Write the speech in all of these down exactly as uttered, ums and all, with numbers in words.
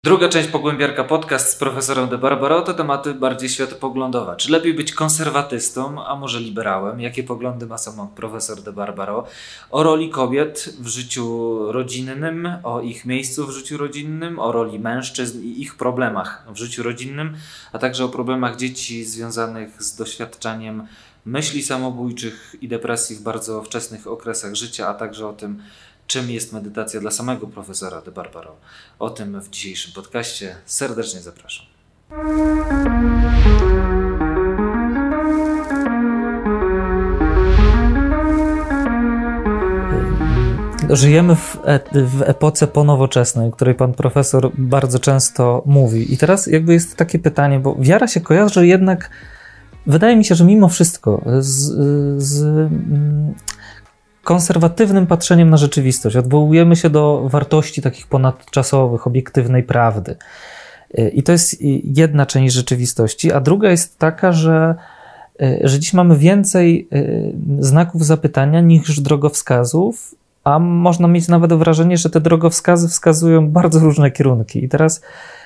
Druga część Pogłębiarka Podcast z profesorem De Barbaro to tematy bardziej światopoglądowe. Czy lepiej być konserwatystą, a może liberałem? Jakie poglądy ma sam profesor De Barbaro? O roli kobiet w życiu rodzinnym, o ich miejscu w życiu rodzinnym, o roli mężczyzn i ich problemach w życiu rodzinnym, a także o problemach dzieci związanych z doświadczaniem myśli samobójczych i depresji w bardzo wczesnych okresach życia, a także o tym, czym jest medytacja dla samego profesora De Barbaro. O tym w dzisiejszym podcaście serdecznie zapraszam. Żyjemy w, e- w epoce ponowoczesnej, o której pan profesor bardzo często mówi. I teraz jakby jest takie pytanie, bo wiara się kojarzy jednak, wydaje mi się, że mimo wszystko z... z mm, konserwatywnym patrzeniem na rzeczywistość. Odwołujemy się do wartości takich ponadczasowych, obiektywnej prawdy. I to jest jedna część rzeczywistości, a druga jest taka, że, że dziś mamy więcej znaków zapytania niż drogowskazów, a można mieć nawet wrażenie, że te drogowskazy wskazują bardzo różne kierunki. I teraz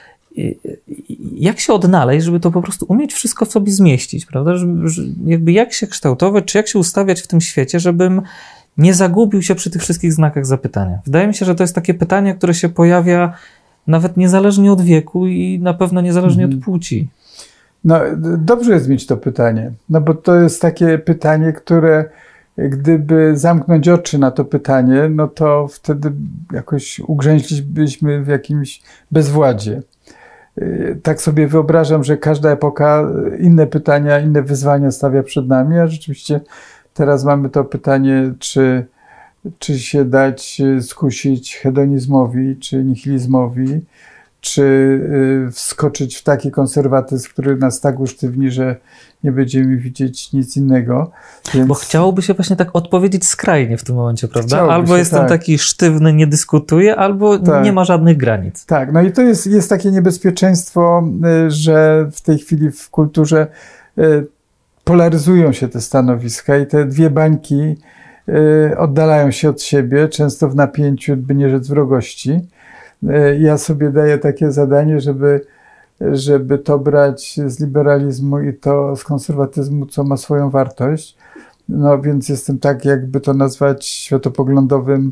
jak się odnaleźć, żeby to po prostu umieć wszystko w sobie zmieścić, prawda? Żeby, jakby jak się kształtować, czy jak się ustawiać w tym świecie, żebym nie zagubił się przy tych wszystkich znakach zapytania. Wydaje mi się, że to jest takie pytanie, które się pojawia nawet niezależnie od wieku i na pewno niezależnie hmm. od płci. No, dobrze jest mieć to pytanie, no bo to jest takie pytanie, które gdyby zamknąć oczy na to pytanie, no to wtedy jakoś ugrzęźlibyśmy w jakimś bezwładzie. Tak sobie wyobrażam, że każda epoka inne pytania, inne wyzwania stawia przed nami, a rzeczywiście teraz mamy to pytanie, czy, czy się dać skusić hedonizmowi, czy nihilizmowi, czy wskoczyć w taki konserwatyzm, który nas tak usztywni, że nie będziemy widzieć nic innego. Więc... Bo chciałoby się właśnie tak odpowiedzieć skrajnie w tym momencie, prawda? Chciałoby albo się, jestem tak. taki sztywny, nie dyskutuję, albo tak. nie ma żadnych granic. Tak, no i to jest, jest takie niebezpieczeństwo, że w tej chwili w kulturze polaryzują się te stanowiska i te dwie bańki oddalają się od siebie, często w napięciu, by nie rzec wrogości. Ja sobie daję takie zadanie, żeby, żeby to brać z liberalizmu i to z konserwatyzmu, co ma swoją wartość. No więc jestem tak, jakby to nazwać, światopoglądowym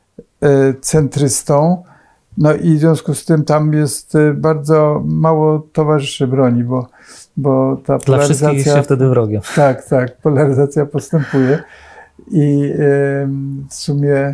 centrystą. No i w związku z tym tam jest bardzo mało towarzyszy broni, bo, bo ta Dla polaryzacja... wszystkich jest się wtedy wrogiem. Tak, tak, polaryzacja postępuje i w sumie...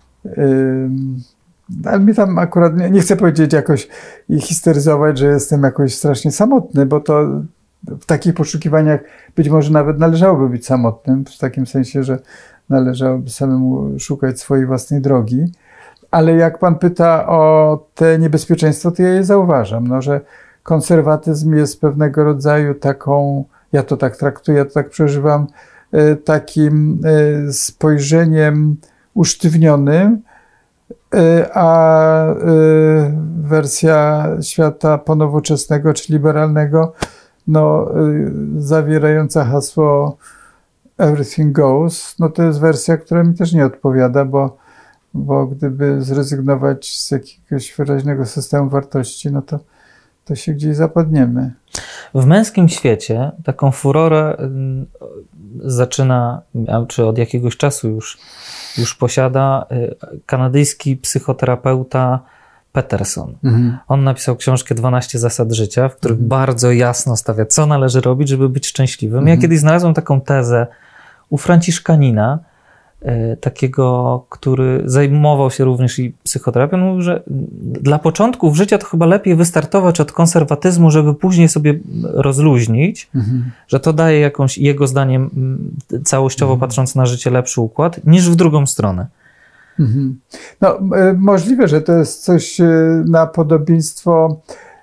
Ale mi tam akurat, nie, nie chcę powiedzieć jakoś i histeryzować, że jestem jakoś strasznie samotny, bo to w takich poszukiwaniach być może nawet należałoby być samotnym, w takim sensie, że należałoby samemu szukać swojej własnej drogi. Ale jak pan pyta o te niebezpieczeństwo, to ja je zauważam, no, że konserwatyzm jest pewnego rodzaju taką, ja to tak traktuję, ja to tak przeżywam, takim spojrzeniem usztywnionym, a wersja świata ponowoczesnego czy liberalnego, no, zawierająca hasło everything goes, no to jest wersja, która mi też nie odpowiada, bo, bo gdyby zrezygnować z jakiegoś wyraźnego systemu wartości, no to, to się gdzieś zapadniemy. W męskim świecie taką furorę zaczyna, czy od jakiegoś czasu już już posiada kanadyjski psychoterapeuta Peterson. Mhm. On napisał książkę dwanaście zasad życia, w których mhm. bardzo jasno stawia, co należy robić, żeby być szczęśliwym. Mhm. Ja kiedyś znalazłem taką tezę u franciszkanina, takiego, który zajmował się również i psychoterapią. Mówił, że dla początków życia to chyba lepiej wystartować od konserwatyzmu, żeby później sobie rozluźnić, mhm. że to daje jakąś, jego zdaniem, całościowo mhm. patrząc na życie, lepszy układ, niż w drugą stronę. Mhm. No, e, możliwe, że to jest coś na podobieństwo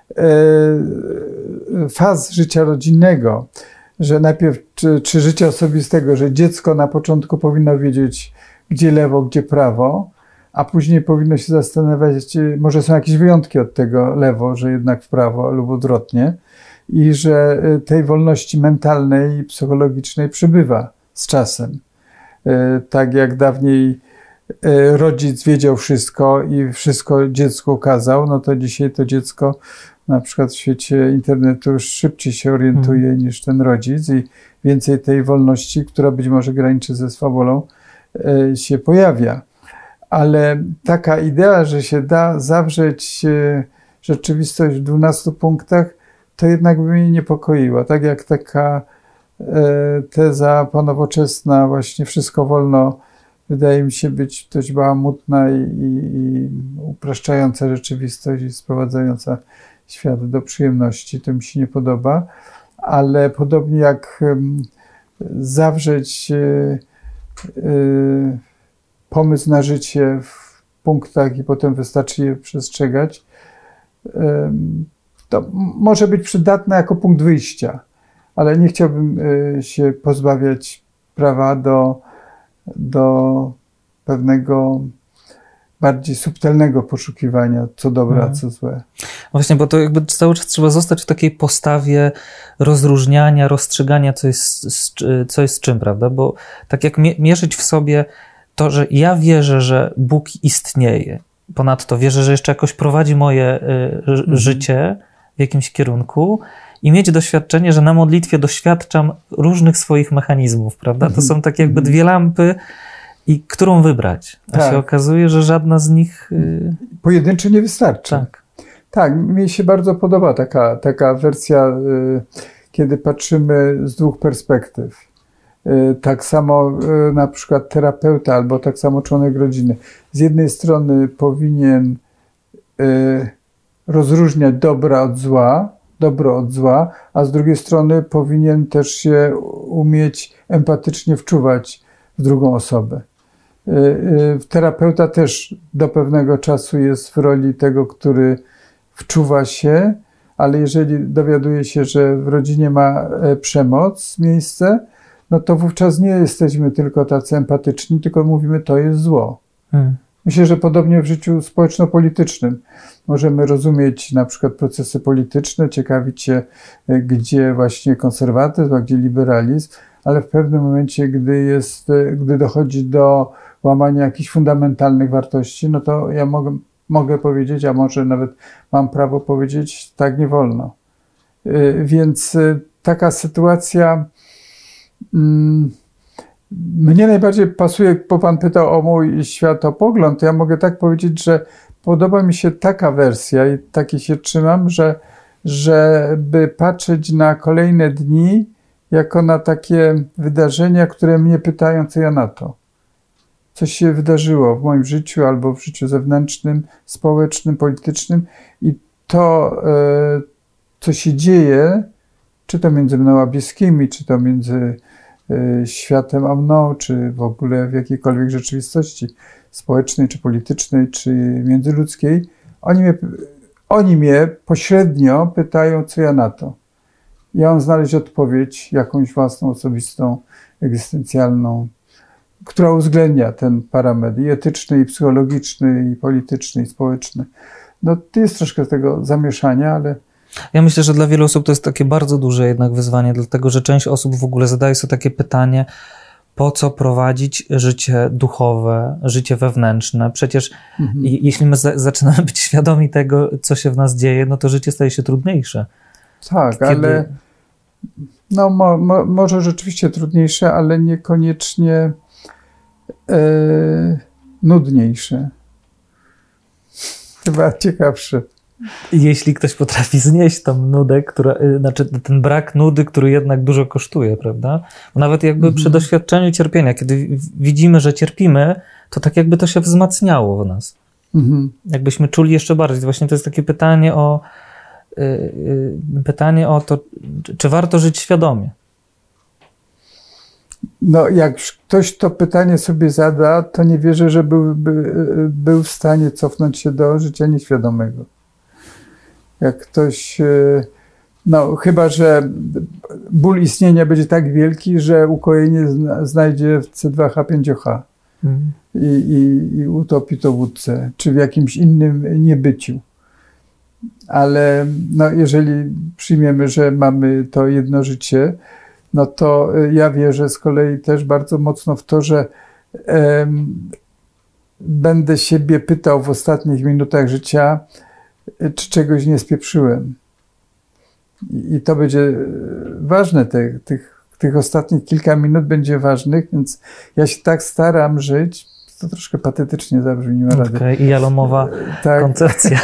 e, faz życia rodzinnego, że najpierw, czy, czy życia osobistego, że dziecko na początku powinno wiedzieć, gdzie lewo, gdzie prawo, a później powinno się zastanawiać, może są jakieś wyjątki od tego lewo, że jednak w prawo lub odwrotnie i że tej wolności mentalnej i psychologicznej przybywa z czasem. Tak jak dawniej rodzic wiedział wszystko i wszystko dziecku kazał, no to dzisiaj to dziecko na przykład w świecie internetu już szybciej się orientuje hmm. niż ten rodzic i więcej tej wolności, która być może graniczy ze swawolą, się pojawia. Ale taka idea, że się da zawrzeć rzeczywistość w dwunastu punktach, to jednak by mnie niepokoiła. Tak jak taka teza ponowoczesna, właśnie wszystko wolno, wydaje mi się być dość bałamutna i, i, i upraszczająca rzeczywistość i sprowadzająca świat do przyjemności. To mi się nie podoba, ale podobnie jak um, zawrzeć y, y, pomysł na życie w punktach i potem wystarczy je przestrzegać, y, to może być przydatne jako punkt wyjścia, ale nie chciałbym y, się pozbawiać prawa do, do pewnego bardziej subtelnego poszukiwania, co dobre, hmm. a co złe. Właśnie, bo to jakby cały czas trzeba zostać w takiej postawie rozróżniania, rozstrzygania, co jest, co jest z czym, prawda? Bo tak jak mierzyć w sobie to, że ja wierzę, że Bóg istnieje, ponadto wierzę, że jeszcze jakoś prowadzi moje hmm. życie w jakimś kierunku i mieć doświadczenie, że na modlitwie doświadczam różnych swoich mechanizmów, prawda? To hmm. są takie jakby dwie lampy, i którą wybrać? A tak. się okazuje, że żadna z nich... Pojedynczy nie wystarczy. Tak. Tak, mi się bardzo podoba taka, taka wersja, kiedy patrzymy z dwóch perspektyw. Tak samo na przykład terapeuta albo tak samo członek rodziny. Z jednej strony powinien rozróżniać dobra od zła, dobro od zła, a z drugiej strony powinien też się umieć empatycznie wczuwać w drugą osobę. Terapeuta też do pewnego czasu jest w roli tego, który wczuwa się, ale jeżeli dowiaduje się, że w rodzinie ma przemoc miejsce, no to wówczas nie jesteśmy tylko tacy empatyczni, tylko mówimy, to jest zło. Hmm. Myślę, że podobnie w życiu społeczno-politycznym. Możemy rozumieć na przykład procesy polityczne, ciekawić się, gdzie właśnie konserwatyzm, a gdzie liberalizm, ale w pewnym momencie, gdy, jest, gdy dochodzi do łamania jakichś fundamentalnych wartości, no to ja mogę, mogę powiedzieć, a może nawet mam prawo powiedzieć, tak nie wolno. Więc taka sytuacja mm, mnie najbardziej pasuje, bo pan pytał o mój światopogląd, to ja mogę tak powiedzieć, że podoba mi się taka wersja i takiej się trzymam, że żeby patrzeć na kolejne dni jako na takie wydarzenia, które mnie pytają, co ja na to. Coś się wydarzyło w moim życiu albo w życiu zewnętrznym, społecznym, politycznym i to, co się dzieje, czy to między mną a bliskimi, czy to między światem a mną, czy w ogóle w jakiejkolwiek rzeczywistości społecznej, czy politycznej, czy międzyludzkiej, oni mnie, oni mnie pośrednio pytają, co ja na to. Ja mam znaleźć odpowiedź, jakąś własną, osobistą, egzystencjalną, która uwzględnia ten parametr i etyczny, i psychologiczny, i polityczny, i społeczny. No to jest troszkę tego zamieszania, ale... Ja myślę, że dla wielu osób to jest takie bardzo duże jednak wyzwanie, dlatego że część osób w ogóle zadaje sobie takie pytanie, po co prowadzić życie duchowe, życie wewnętrzne. Przecież mhm. jeśli my za- zaczynamy być świadomi tego, co się w nas dzieje, no to życie staje się trudniejsze. Tak, Kiedy... ale no, mo, mo, może rzeczywiście trudniejsze, ale niekoniecznie e, nudniejsze. Chyba ciekawsze. Jeśli ktoś potrafi znieść tą nudę, która, znaczy ten brak nudy, który jednak dużo kosztuje, prawda? Bo nawet jakby mhm. przy doświadczeniu cierpienia, kiedy widzimy, że cierpimy, to tak jakby to się wzmacniało w nas. Mhm. Jakbyśmy czuli jeszcze bardziej. Właśnie to jest takie pytanie o pytanie o to, czy warto żyć świadomie? No, jak ktoś to pytanie sobie zada, to nie wierzę, że byłby, był w stanie cofnąć się do życia nieświadomego. Jak ktoś, no chyba, że ból istnienia będzie tak wielki, że ukojenie znajdzie w C dwa H pięć O H hmm. i, i, i utopi to w wódce, czy w jakimś innym niebyciu. Ale no, jeżeli przyjmiemy, że mamy to jedno życie, no to ja wierzę z kolei też bardzo mocno w to, że em, będę siebie pytał w ostatnich minutach życia, czy czegoś nie spieprzyłem. I to będzie ważne, te, tych, tych ostatnich kilka minut będzie ważnych, więc ja się tak staram żyć, to troszkę patetycznie zabrzmi, nie ma rady. Okay, i jalomowa tak, koncepcja.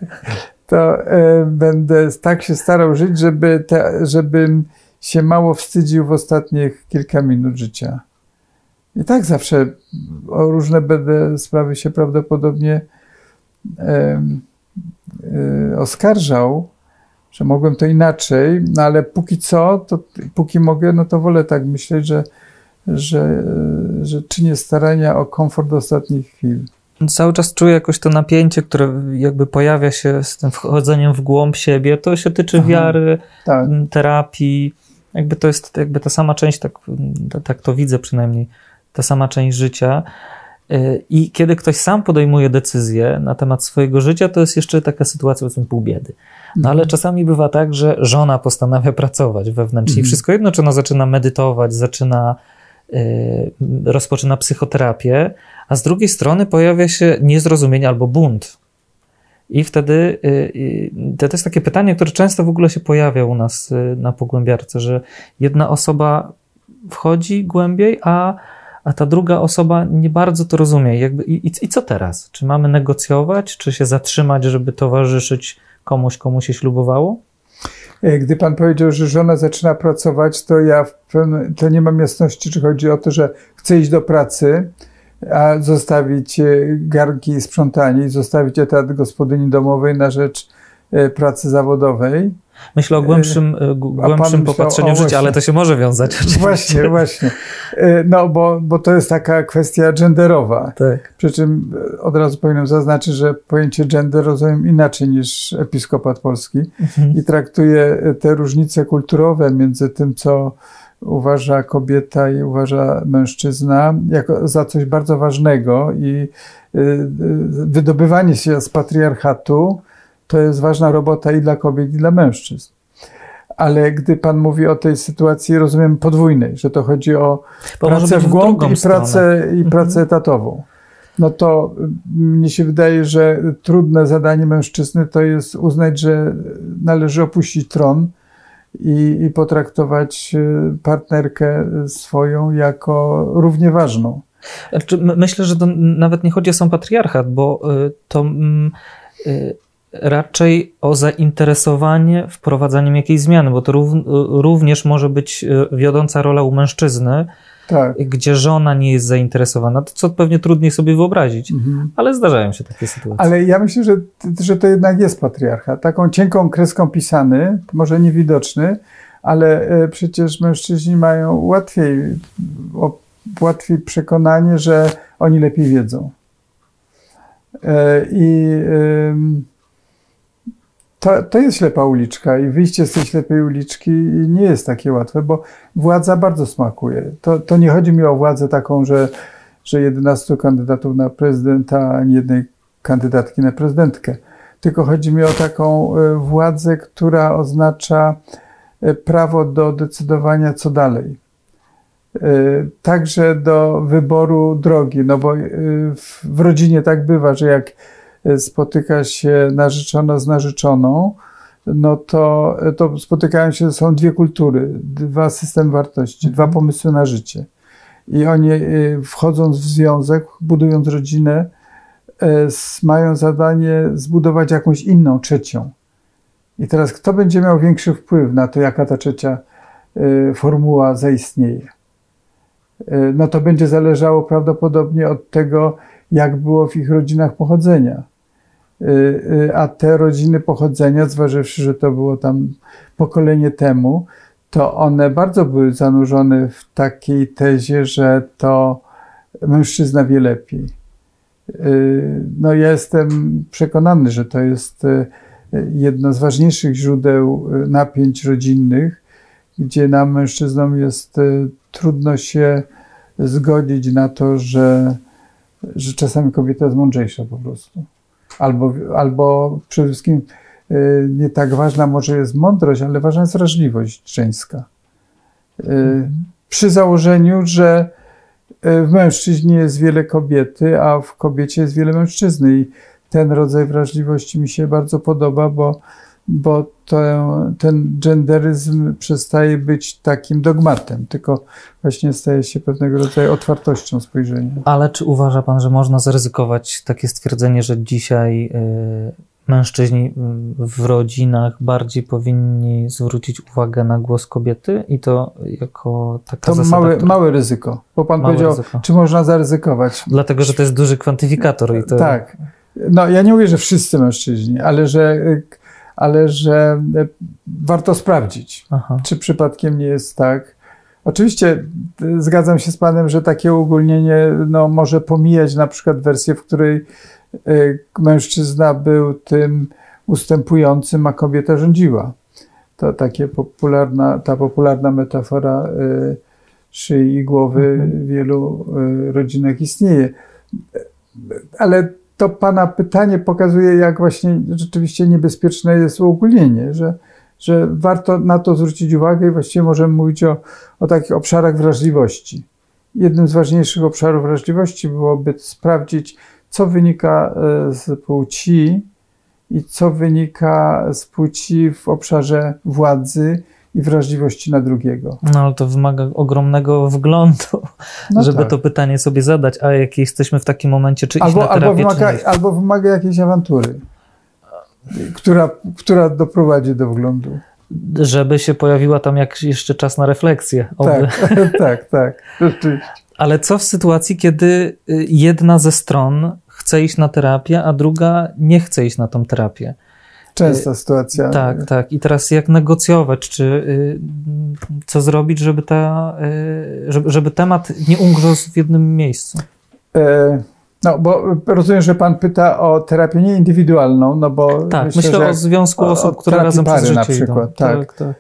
To e, będę tak się starał żyć, żeby te, żebym się mało wstydził w ostatnich kilka minut życia. I tak zawsze o różne będę sprawy się prawdopodobnie e, e, oskarżał, że mogłem to inaczej, no ale póki co, to póki mogę, no to wolę tak myśleć, że, że, że czynię starania o komfort ostatnich chwil. Cały czas czuję jakoś to napięcie, które jakby pojawia się z tym wchodzeniem w głąb siebie. To się tyczy Aha, wiary, tak. terapii. Jakby to jest jakby ta sama część, tak, tak to widzę przynajmniej, ta sama część życia. I kiedy ktoś sam podejmuje decyzję na temat swojego życia, to jest jeszcze taka sytuacja, powiedzmy, pół biedy. No ale czasami bywa tak, że żona postanawia pracować wewnętrznie. I wszystko jedno, czy ona zaczyna medytować, zaczyna, yy, rozpoczyna psychoterapię, a z drugiej strony pojawia się niezrozumienie albo bunt. I wtedy yy, to jest takie pytanie, które często w ogóle się pojawia u nas yy, na pogłębiarce, że jedna osoba wchodzi głębiej, a a ta druga osoba nie bardzo to rozumie. Jakby, i, i co teraz? Czy mamy negocjować, czy się zatrzymać, żeby towarzyszyć komuś, komu się ślubowało? Gdy pan powiedział, że żona zaczyna pracować, to ja w pewne, to nie mam jasności, czy chodzi o to, że chce iść do pracy, a zostawić garnki i sprzątanie i zostawić etat gospodyni domowej na rzecz pracy zawodowej. Myślę o głębszym, głębszym popatrzeniu w życie, ale to się może wiązać oczywiście. Właśnie, właśnie. No, bo, bo to jest taka kwestia genderowa. Tak. Przy czym od razu powinienem zaznaczyć, że pojęcie gender rozumiem inaczej niż Episkopat Polski mhm. i traktuje te różnice kulturowe między tym, co uważa kobieta i uważa mężczyzna, jako za coś bardzo ważnego i wydobywanie się z patriarchatu to jest ważna robota i dla kobiet, i dla mężczyzn. Ale gdy pan mówi o tej sytuacji, rozumiem, podwójnej, że to chodzi o Bo pracę w głąb i pracę, i pracę etatową, no to mnie się wydaje, że trudne zadanie mężczyzny to jest uznać, że należy opuścić tron i, i potraktować partnerkę swoją jako równie ważną. Znaczy, myślę, że to nawet nie chodzi o sam patriarchat, bo to... Yy, raczej o zainteresowanie wprowadzaniem jakiejś zmiany, bo to rów, również może być wiodąca rola u mężczyzny, tak. gdzie żona nie jest zainteresowana, to co pewnie trudniej sobie wyobrazić, mhm. ale zdarzają się takie sytuacje. Ale ja myślę, że, że to jednak jest patriarchat. Taką cienką kreską pisany, może niewidoczny, ale przecież mężczyźni mają łatwiej, łatwiej przekonanie, że oni lepiej wiedzą. I To, to jest ślepa uliczka i wyjście z tej ślepej uliczki nie jest takie łatwe, bo władza bardzo smakuje. To, to nie chodzi mi o władzę taką, że, że jedenastu kandydatów na prezydenta, ani jednej kandydatki na prezydentkę. Tylko chodzi mi o taką władzę, która oznacza prawo do decydowania, co dalej. Także do wyboru drogi, no bo w rodzinie tak bywa, że jak spotyka się narzeczona z narzeczoną, no to, to spotykają się, są dwie kultury, dwa systemy wartości, dwa pomysły na życie. I oni wchodząc w związek, budując rodzinę, mają zadanie zbudować jakąś inną, trzecią. I teraz kto będzie miał większy wpływ na to, jaka ta trzecia formuła zaistnieje? No to będzie zależało prawdopodobnie od tego, jak było w ich rodzinach pochodzenia. A te rodziny pochodzenia, zważywszy, że to było tam pokolenie temu, to one bardzo były zanurzone w takiej tezie, że to mężczyzna wie lepiej. No ja jestem przekonany, że to jest jedno z ważniejszych źródeł napięć rodzinnych, gdzie nam mężczyznom jest trudno się zgodzić na to, że, że czasami kobieta jest mądrzejsza po prostu. Albo, albo przede wszystkim nie tak ważna może jest mądrość, ale ważna jest wrażliwość żeńska. Mm. Przy założeniu, że w mężczyźnie jest wiele kobiety, a w kobiecie jest wiele mężczyzny i ten rodzaj wrażliwości mi się bardzo podoba, bo, bo to, ten genderyzm przestaje być takim dogmatem, tylko właśnie staje się pewnego rodzaju otwartością spojrzenia. Ale czy uważa pan, że można zaryzykować takie stwierdzenie, że dzisiaj y, mężczyźni w rodzinach bardziej powinni zwrócić uwagę na głos kobiety i to jako taka To zasada, małe, która... małe ryzyko, bo pan Małe powiedział, ryzyko. czy można zaryzykować. Dlatego, że to jest duży kwantyfikator. I to... Tak. No ja nie mówię, że wszyscy mężczyźni, ale że, ale że warto sprawdzić, Aha. czy przypadkiem nie jest tak. Oczywiście zgadzam się z panem, że takie uogólnienie no, może pomijać na przykład wersję, w której mężczyzna był tym ustępującym, a kobieta rządziła. To takie popularna, ta popularna metafora y, szyi i głowy mhm. w wielu y, rodzinach istnieje. Ale to pana pytanie pokazuje, jak właśnie rzeczywiście niebezpieczne jest uogólnienie, że, że warto na to zwrócić uwagę i właściwie możemy mówić o, o takich obszarach wrażliwości. Jednym z ważniejszych obszarów wrażliwości byłoby sprawdzić, co wynika z płci i co wynika z płci w obszarze władzy i wrażliwości na drugiego. No ale to wymaga ogromnego wglądu, no żeby tak. to pytanie sobie zadać, a jak jesteśmy w takim momencie, czy albo, iść na terapię, albo wymaga, czy nie? albo wymaga jakiejś awantury, która, która doprowadzi do wglądu. Żeby się pojawiła tam jak jeszcze czas na refleksję. Tak, tak, tak, rzeczywiście. Ale co w sytuacji, kiedy jedna ze stron chce iść na terapię, a druga nie chce iść na tą terapię? Częsta sytuacja. Tak, tak. I teraz jak negocjować, czy co zrobić, żeby, ta, żeby, żeby temat nie ungrzozł w jednym miejscu? No, bo rozumiem, że pan pyta o terapię nieindywidualną, no bo tak, myślę, myślę że o związku osób, o które razem pary przez życie na przykład. Idą. Tak. Tak, tak.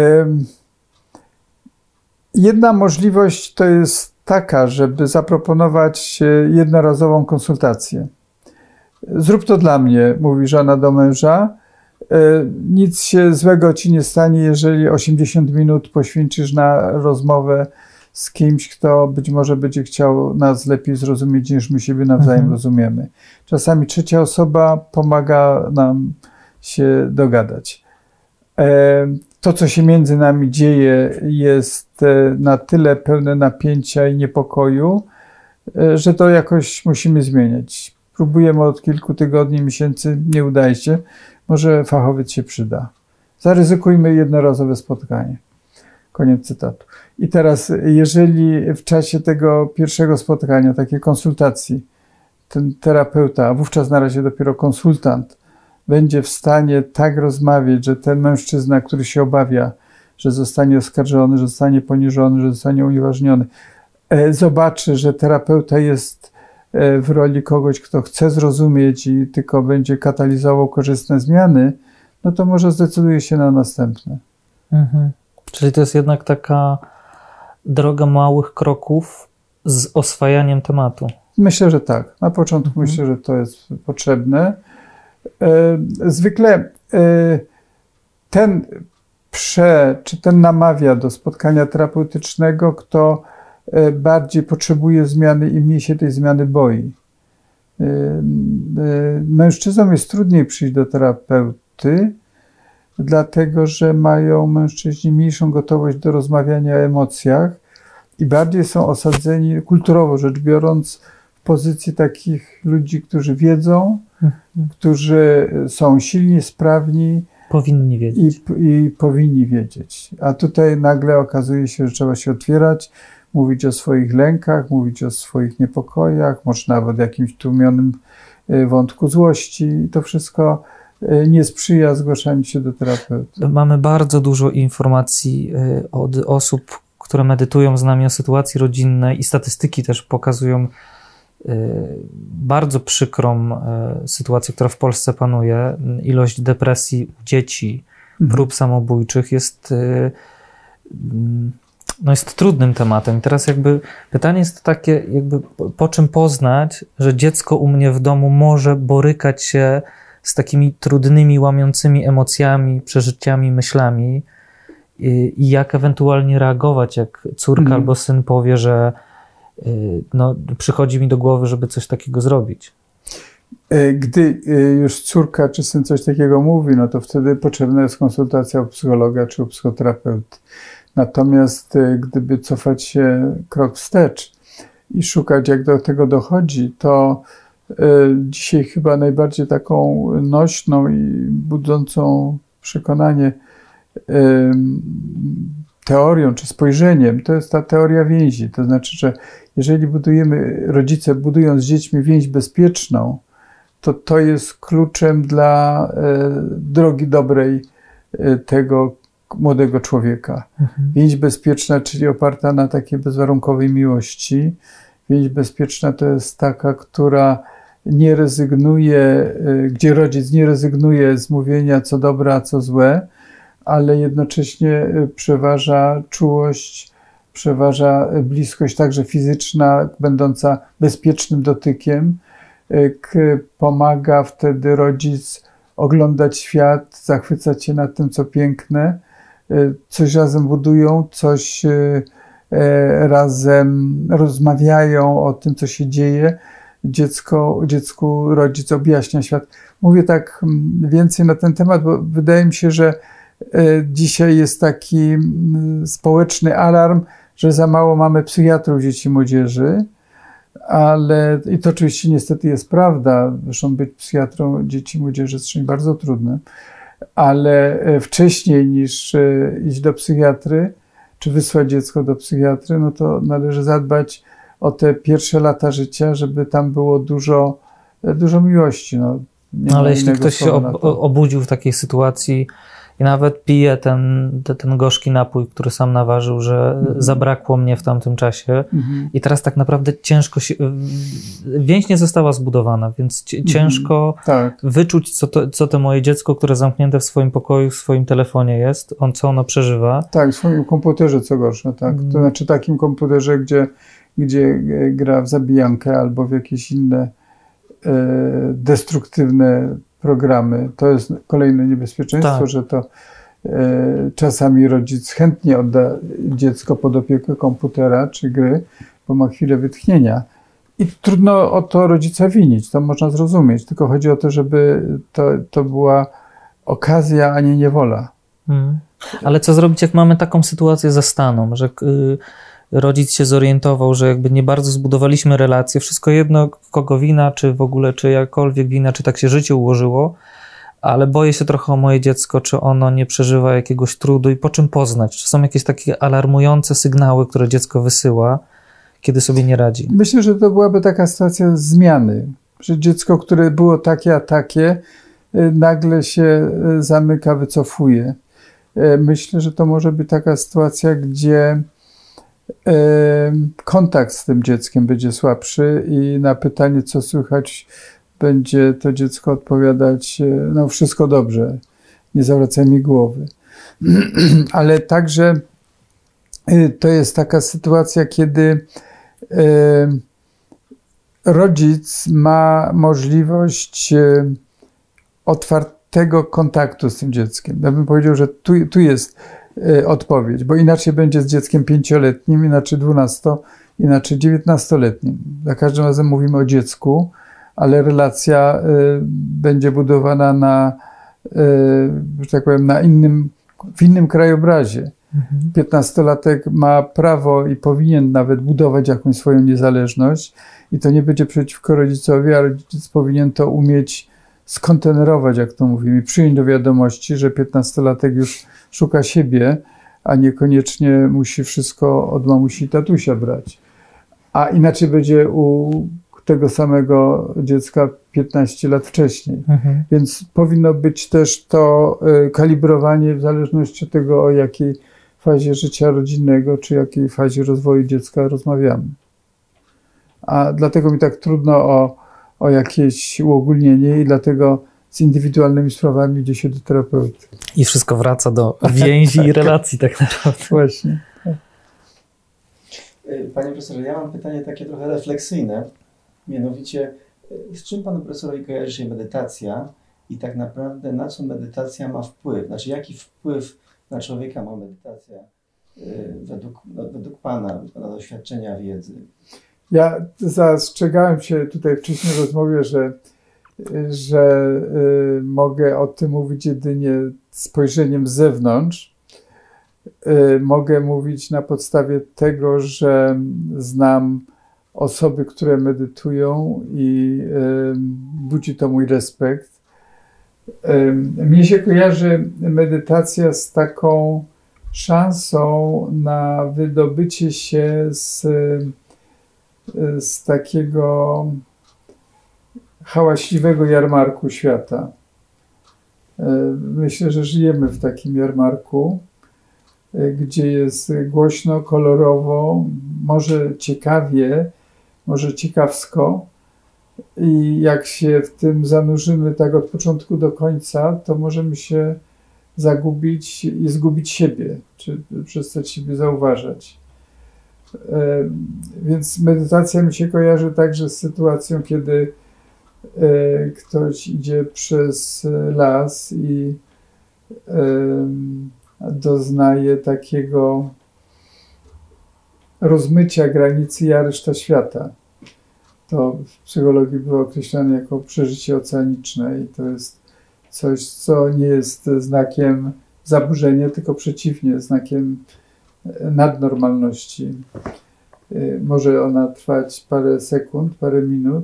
Jedna możliwość to jest taka, żeby zaproponować jednorazową konsultację. Zrób to dla mnie, mówi żona do męża. Nic się złego ci nie stanie, jeżeli osiemdziesiąt minut poświęcisz na rozmowę z kimś, kto być może będzie chciał nas lepiej zrozumieć, niż my siebie nawzajem mhm. rozumiemy. Czasami trzecia osoba pomaga nam się dogadać. To, co się między nami dzieje, jest na tyle pełne napięcia i niepokoju, że to jakoś musimy zmieniać. Próbujemy od kilku tygodni, miesięcy, nie udaje się. Może fachowiec się przyda. Zaryzykujmy jednorazowe spotkanie. Koniec cytatu. I teraz, jeżeli w czasie tego pierwszego spotkania, takiej konsultacji, ten terapeuta, a wówczas na razie dopiero konsultant, będzie w stanie tak rozmawiać, że ten mężczyzna, który się obawia, że zostanie oskarżony, że zostanie poniżony, że zostanie unieważniony, zobaczy, że terapeuta jest w roli kogoś, kto chce zrozumieć i tylko będzie katalizował korzystne zmiany, no to może zdecyduje się na następne. Mhm. Czyli to jest jednak taka droga małych kroków z oswajaniem tematu. Myślę, że tak. Na początku mhm. myślę, że to jest potrzebne. Zwykle ten prze, czy ten namawia do spotkania terapeutycznego, kto bardziej potrzebuje zmiany i mniej się tej zmiany boi. Mężczyznom jest trudniej przyjść do terapeuty, dlatego że mają mężczyźni mniejszą gotowość do rozmawiania o emocjach i bardziej są osadzeni, kulturowo rzecz biorąc, w pozycji takich ludzi, którzy wiedzą, mhm. którzy są silni, sprawni, powinni wiedzieć. I, i powinni wiedzieć. A tutaj nagle okazuje się, że trzeba się otwierać, mówić o swoich lękach, mówić o swoich niepokojach, może nawet jakimś tłumionym wątku złości. I to wszystko nie sprzyja zgłaszaniu się do terapeuty. Mamy bardzo dużo informacji od osób, które medytują z nami o sytuacji rodzinnej i statystyki też pokazują bardzo przykrą sytuację, która w Polsce panuje. Ilość depresji u dzieci, mhm. prób samobójczych jest, no jest trudnym tematem. I teraz jakby pytanie jest takie, jakby po czym poznać, że dziecko u mnie w domu może borykać się z takimi trudnymi, łamiącymi emocjami, przeżyciami, myślami i, i jak ewentualnie reagować, jak córka mhm. albo syn powie, że no, przychodzi mi do głowy, żeby coś takiego zrobić. Gdy już córka czy syn coś takiego mówi, no to wtedy potrzebna jest konsultacja u psychologa czy u psychoterapeuty. Natomiast gdyby cofać się krok wstecz i szukać, jak do tego dochodzi, to dzisiaj chyba najbardziej taką nośną i budzącą przekonanie teorią czy spojrzeniem to jest ta teoria więzi. To znaczy, że jeżeli budujemy, rodzice budują z dziećmi więź bezpieczną, to to jest kluczem dla drogi dobrej tego młodego człowieka. Mhm. Więź bezpieczna, czyli oparta na takiej bezwarunkowej miłości. Więź bezpieczna to jest taka, która nie rezygnuje, gdzie rodzic nie rezygnuje z mówienia, co dobre, a co złe, ale jednocześnie przeważa czułość, przeważa bliskość także fizyczna, będąca bezpiecznym dotykiem. Pomaga wtedy rodzic oglądać świat, zachwycać się nad tym, co piękne, coś razem budują, coś razem rozmawiają o tym, co się dzieje. Dziecko, dziecku rodzic objaśnia świat. Mówię tak więcej na ten temat, bo wydaje mi się, że dzisiaj jest taki społeczny alarm, że za mało mamy psychiatrów dzieci i młodzieży, ale i to oczywiście niestety jest prawda, zresztą być psychiatrą dzieci i młodzieży jest czymś bardzo trudnym, ale wcześniej niż iść do psychiatry, czy wysłać dziecko do psychiatry, no to należy zadbać o te pierwsze lata życia, żeby tam było dużo, dużo miłości. No, no ale jeśli ktoś się ob- obudził w takiej sytuacji i nawet pije ten, ten, ten gorzki napój, który sam naważył, że mm-hmm. zabrakło mnie w tamtym czasie mm-hmm. i teraz tak naprawdę ciężko się... Więź nie została zbudowana, więc c- mm-hmm. ciężko tak. wyczuć, co, to, co to moje dziecko, które zamknięte w swoim pokoju, w swoim telefonie jest, on, co ono przeżywa. Tak, w swoim komputerze, co gorsze, tak. Mm. To znaczy takim komputerze, gdzie, gdzie gra w zabijankę albo w jakieś inne e, destruktywne programy. To jest kolejne niebezpieczeństwo, tak. że to e, czasami rodzic chętnie odda dziecko pod opiekę komputera czy gry, bo ma chwilę wytchnienia. I trudno o to rodzica winić, to można zrozumieć, tylko chodzi o to, żeby to, to była okazja, a nie niewola. Hmm. Ale co zrobić, jak mamy taką sytuację zastaną, że y, rodzic się zorientował, że jakby nie bardzo zbudowaliśmy relacje, wszystko jedno, kogo wina, czy w ogóle, czy jakkolwiek wina, czy tak się życie ułożyło, ale boję się trochę o moje dziecko, czy ono nie przeżywa jakiegoś trudu i po czym poznać, czy są jakieś takie alarmujące sygnały, które dziecko wysyła, kiedy sobie nie radzi. Myślę, że to byłaby taka sytuacja zmiany, że dziecko, które było takie, a takie, nagle się zamyka, wycofuje. Myślę, że to może być taka sytuacja, gdzie kontakt z tym dzieckiem będzie słabszy i na pytanie, co słychać, będzie to dziecko odpowiadać, no wszystko dobrze, nie zawracaj mi głowy. Ale także to jest taka sytuacja, kiedy rodzic ma możliwość otwartego kontaktu z tym dzieckiem. Ja bym powiedział, że tu, tu jest odpowiedź, bo inaczej będzie z dzieckiem pięcioletnim, inaczej dwunasto, inaczej dziewiętnastoletnim. Za każdym razem mówimy o dziecku, ale relacja będzie budowana na, że tak powiem, na innym, w innym krajobrazie. Piętnastolatek ma prawo i powinien nawet budować jakąś swoją niezależność i to nie będzie przeciwko rodzicowi, a rodzic powinien to umieć skontenerować, jak to mówimy, przyjąć do wiadomości, że piętnastolatek już szuka siebie, a niekoniecznie musi wszystko od mamusi i tatusia brać. A inaczej będzie u tego samego dziecka piętnaście lat wcześniej. Mhm. Więc powinno być też to kalibrowanie w zależności od tego, o jakiej fazie życia rodzinnego, czy jakiej fazie rozwoju dziecka rozmawiamy. A dlatego mi tak trudno o, o jakieś uogólnienie i dlatego z indywidualnymi sprawami idzie się do terapeuty. I wszystko wraca do więzi i relacji tak naprawdę. Właśnie. Panie profesorze, ja mam pytanie takie trochę refleksyjne. Mianowicie, z czym panu profesorowi kojarzy się medytacja i tak naprawdę na co medytacja ma wpływ? Znaczy, jaki wpływ na człowieka ma medytacja według, no, według pana, pana doświadczenia, wiedzy? Ja zastrzegałem się tutaj wcześniej w rozmowie, że, że y, mogę o tym mówić jedynie spojrzeniem z zewnątrz. Y, mogę mówić na podstawie tego, że znam osoby, które medytują i y, budzi to mój respekt. Y, mnie się kojarzy medytacja z taką szansą na wydobycie się z, z takiego hałaśliwego jarmarku świata. Myślę, że żyjemy w takim jarmarku, gdzie jest głośno, kolorowo, może ciekawie, może ciekawsko. I jak się w tym zanurzymy tak od początku do końca, to możemy się zagubić i zgubić siebie, czy przestać siebie zauważać. Więc medytacja mi się kojarzy także z sytuacją, kiedy ktoś idzie przez las i doznaje takiego rozmycia granicy ja, reszta świata. To w psychologii było określane jako przeżycie oceaniczne i to jest coś, co nie jest znakiem zaburzenia, tylko przeciwnie, znakiem nadnormalności. Może ona trwać parę sekund, parę minut.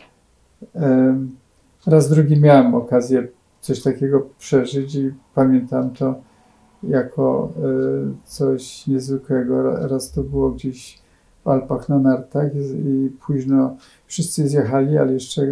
Raz drugi miałem okazję coś takiego przeżyć i pamiętam to jako coś niezwykłego. Raz to było gdzieś w Alpach na nartach i późno wszyscy zjechali, ale jeszcze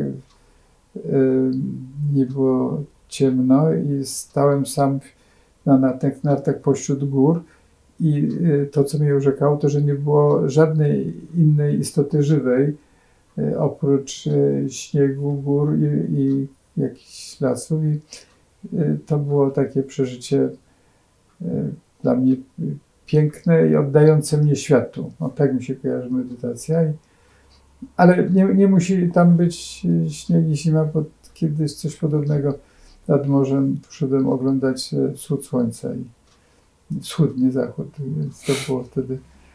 nie było ciemno i stałem sam na nartach, nartach pośród gór i to, co mnie urzekało, to, że nie było żadnej innej istoty żywej oprócz śniegu, gór i, i jakichś lasów i to było takie przeżycie dla mnie piękne i oddające mnie światu. No, tak mi się kojarzy medytacja. I, ale nie, nie musi tam być śnieg i zima, bo kiedyś coś podobnego nad morzem poszedłem oglądać wschód słońca i wschód, nie zachód, więc to było wtedy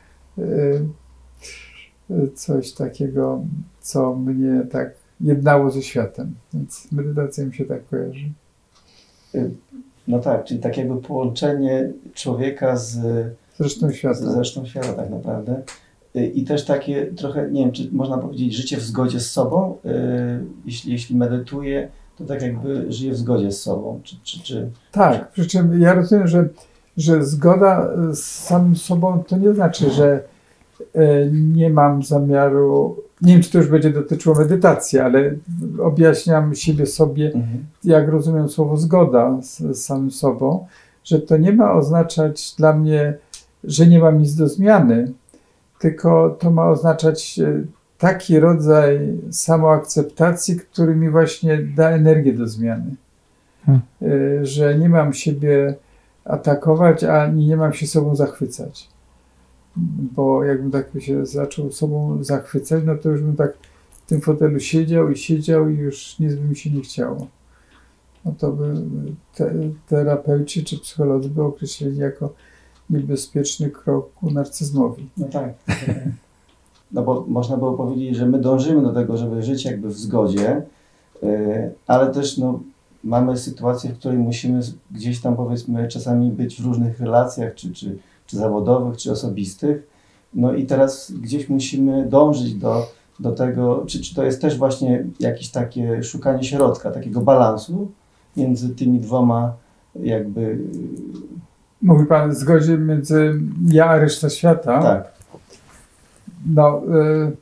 coś takiego, co mnie tak jednało ze światem, więc medytacja mi się tak kojarzy. No tak, czyli tak jakby połączenie człowieka z, z resztą świata. Z resztą świata tak naprawdę. I też takie trochę, nie wiem, czy można powiedzieć, życie w zgodzie z sobą. Jeśli, jeśli medytuje, to tak jakby żyje w zgodzie z sobą. Czy, czy, czy... Tak, przy czym ja rozumiem, że, że zgoda z samym sobą to nie znaczy, że nie mam zamiaru, nie wiem, czy to już będzie dotyczyło medytacji, ale objaśniam siebie sobie, mhm. jak rozumiem słowo zgoda z, z samym sobą, że to nie ma oznaczać dla mnie, że nie mam nic do zmiany, tylko to ma oznaczać taki rodzaj samoakceptacji, który mi właśnie da energię do zmiany. Hmm. Że nie mam siebie atakować, ani nie mam się sobą zachwycać. Bo jakbym tak się zaczął sobą zachwycać, no to już bym tak w tym fotelu siedział i siedział i już nic by mi się nie chciało. No to by te, terapeuci czy psycholodzy by określili jako niebezpieczny krok ku narcyzmowi. No tak. No bo można było powiedzieć, że my dążymy do tego, żeby żyć jakby w zgodzie, ale też no, mamy sytuację, w której musimy gdzieś tam powiedzmy czasami być w różnych relacjach, czy, czy, czy zawodowych, czy osobistych. No i teraz gdzieś musimy dążyć do, do tego, czy, czy to jest też właśnie jakieś takie szukanie środka, takiego balansu między tymi dwoma jakby... Mówi Pan w zgodzie między ja a reszta świata? Tak. No, y,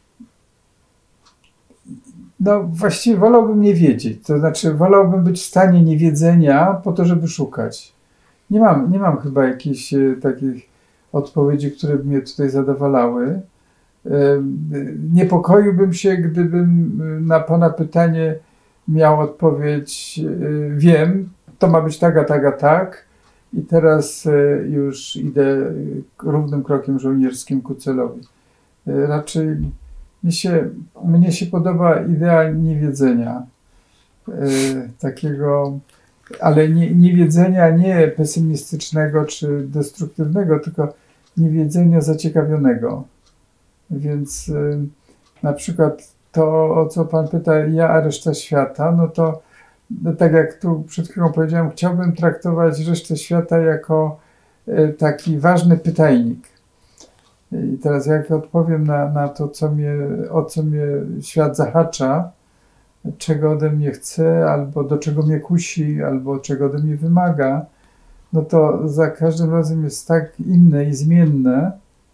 no właściwie wolałbym nie wiedzieć, to znaczy wolałbym być w stanie niewiedzenia po to, żeby szukać. Nie mam, nie mam chyba jakichś y, takich odpowiedzi, które by mnie tutaj zadowalały. Y, y, niepokoiłbym się, gdybym na Pana pytanie miał odpowiedź y, wiem, to ma być tak, a tak, a tak. I teraz y, już idę równym krokiem żołnierskim ku celowi. Y, raczej mi się, mnie się podoba idea niewiedzenia. Y, takiego, ale nie, niewiedzenia nie pesymistycznego czy destruktywnego, tylko niewiedzenia zaciekawionego. Więc y, na przykład to, o co Pan pyta, ja, a reszta świata, no to no, tak jak tu przed chwilą powiedziałem, chciałbym traktować resztę świata jako y, taki ważny pytajnik. I teraz jak odpowiem na, na to, co mnie, o co mnie świat zahacza, czego ode mnie chce, albo do czego mnie kusi, albo czego ode mnie wymaga, no to za każdym razem jest tak inne i zmienne.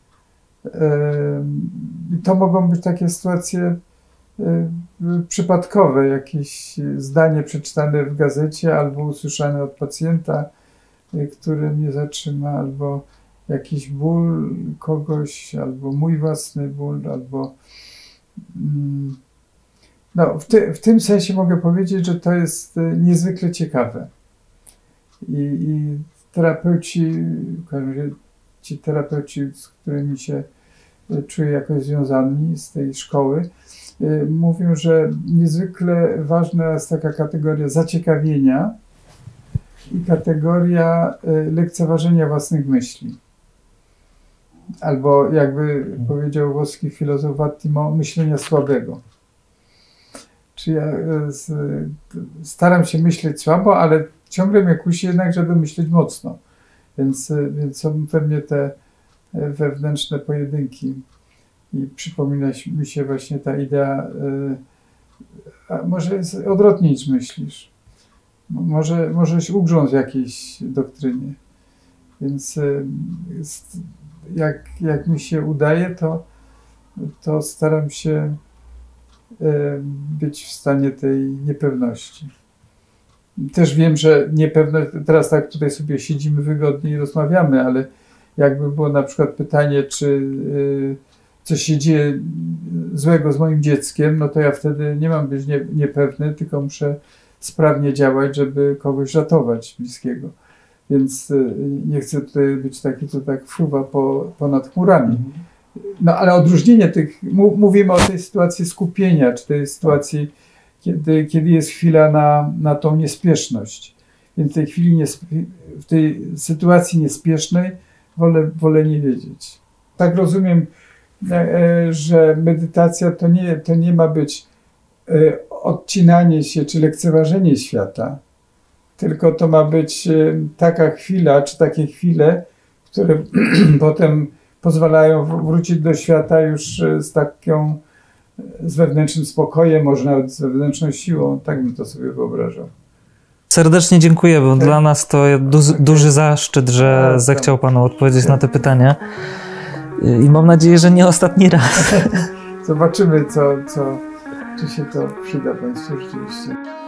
I to mogą być takie sytuacje przypadkowe, jakieś zdanie przeczytane w gazecie, albo usłyszane od pacjenta, który mnie zatrzyma, albo jakiś ból kogoś, albo mój własny ból, albo... No, w, ty, w tym sensie mogę powiedzieć, że to jest niezwykle ciekawe. I, i terapeuci, w każdym razie ci terapeuci, z którymi się czuję jakoś związani z tej szkoły, mówią, że niezwykle ważna jest taka kategoria zaciekawienia i kategoria lekceważenia własnych myśli. Albo jakby powiedział włoski filozof Vattimo, myślenia słabego. Czy ja z, staram się myśleć słabo, ale ciągle mnie kusi jednak, żeby myśleć mocno. Więc, więc są we mnie te wewnętrzne pojedynki. I przypomina mi się właśnie ta idea, a może jest odwrotnie niż myślisz. Może, możesz ugrząc w jakiejś doktrynie. Więc jak, jak mi się udaje, to, to staram się być w stanie tej niepewności. Też wiem, że niepewność, teraz tak tutaj sobie siedzimy wygodnie i rozmawiamy, ale jakby było na przykład pytanie, czy y, coś się dzieje złego z moim dzieckiem, no to ja wtedy nie mam być nie, niepewny, tylko muszę sprawnie działać, żeby kogoś ratować bliskiego. Więc y, nie chcę tutaj być taki, co tak fruwa po, ponad chmurami. No ale odróżnienie tych, mówimy o tej sytuacji skupienia, czy tej sytuacji, kiedy, kiedy jest chwila na, na tą niespieszność. Więc w tej chwili, nie, w tej sytuacji niespiesznej wolę, wolę nie wiedzieć. Tak rozumiem, że medytacja to nie, to nie ma być odcinanie się czy lekceważenie świata, tylko to ma być taka chwila, czy takie chwile, które potem pozwalają wrócić do świata już z taką, z wewnętrznym spokojem, może nawet z wewnętrzną siłą. Tak bym to sobie wyobrażał. Serdecznie dziękuję, bo tak. Dla nas to du duży zaszczyt, że tak, zechciał Pan odpowiedzieć na te pytania. I mam nadzieję, że nie ostatni raz. Zobaczymy, co, co, czy się to przyda Państwu rzeczywiście.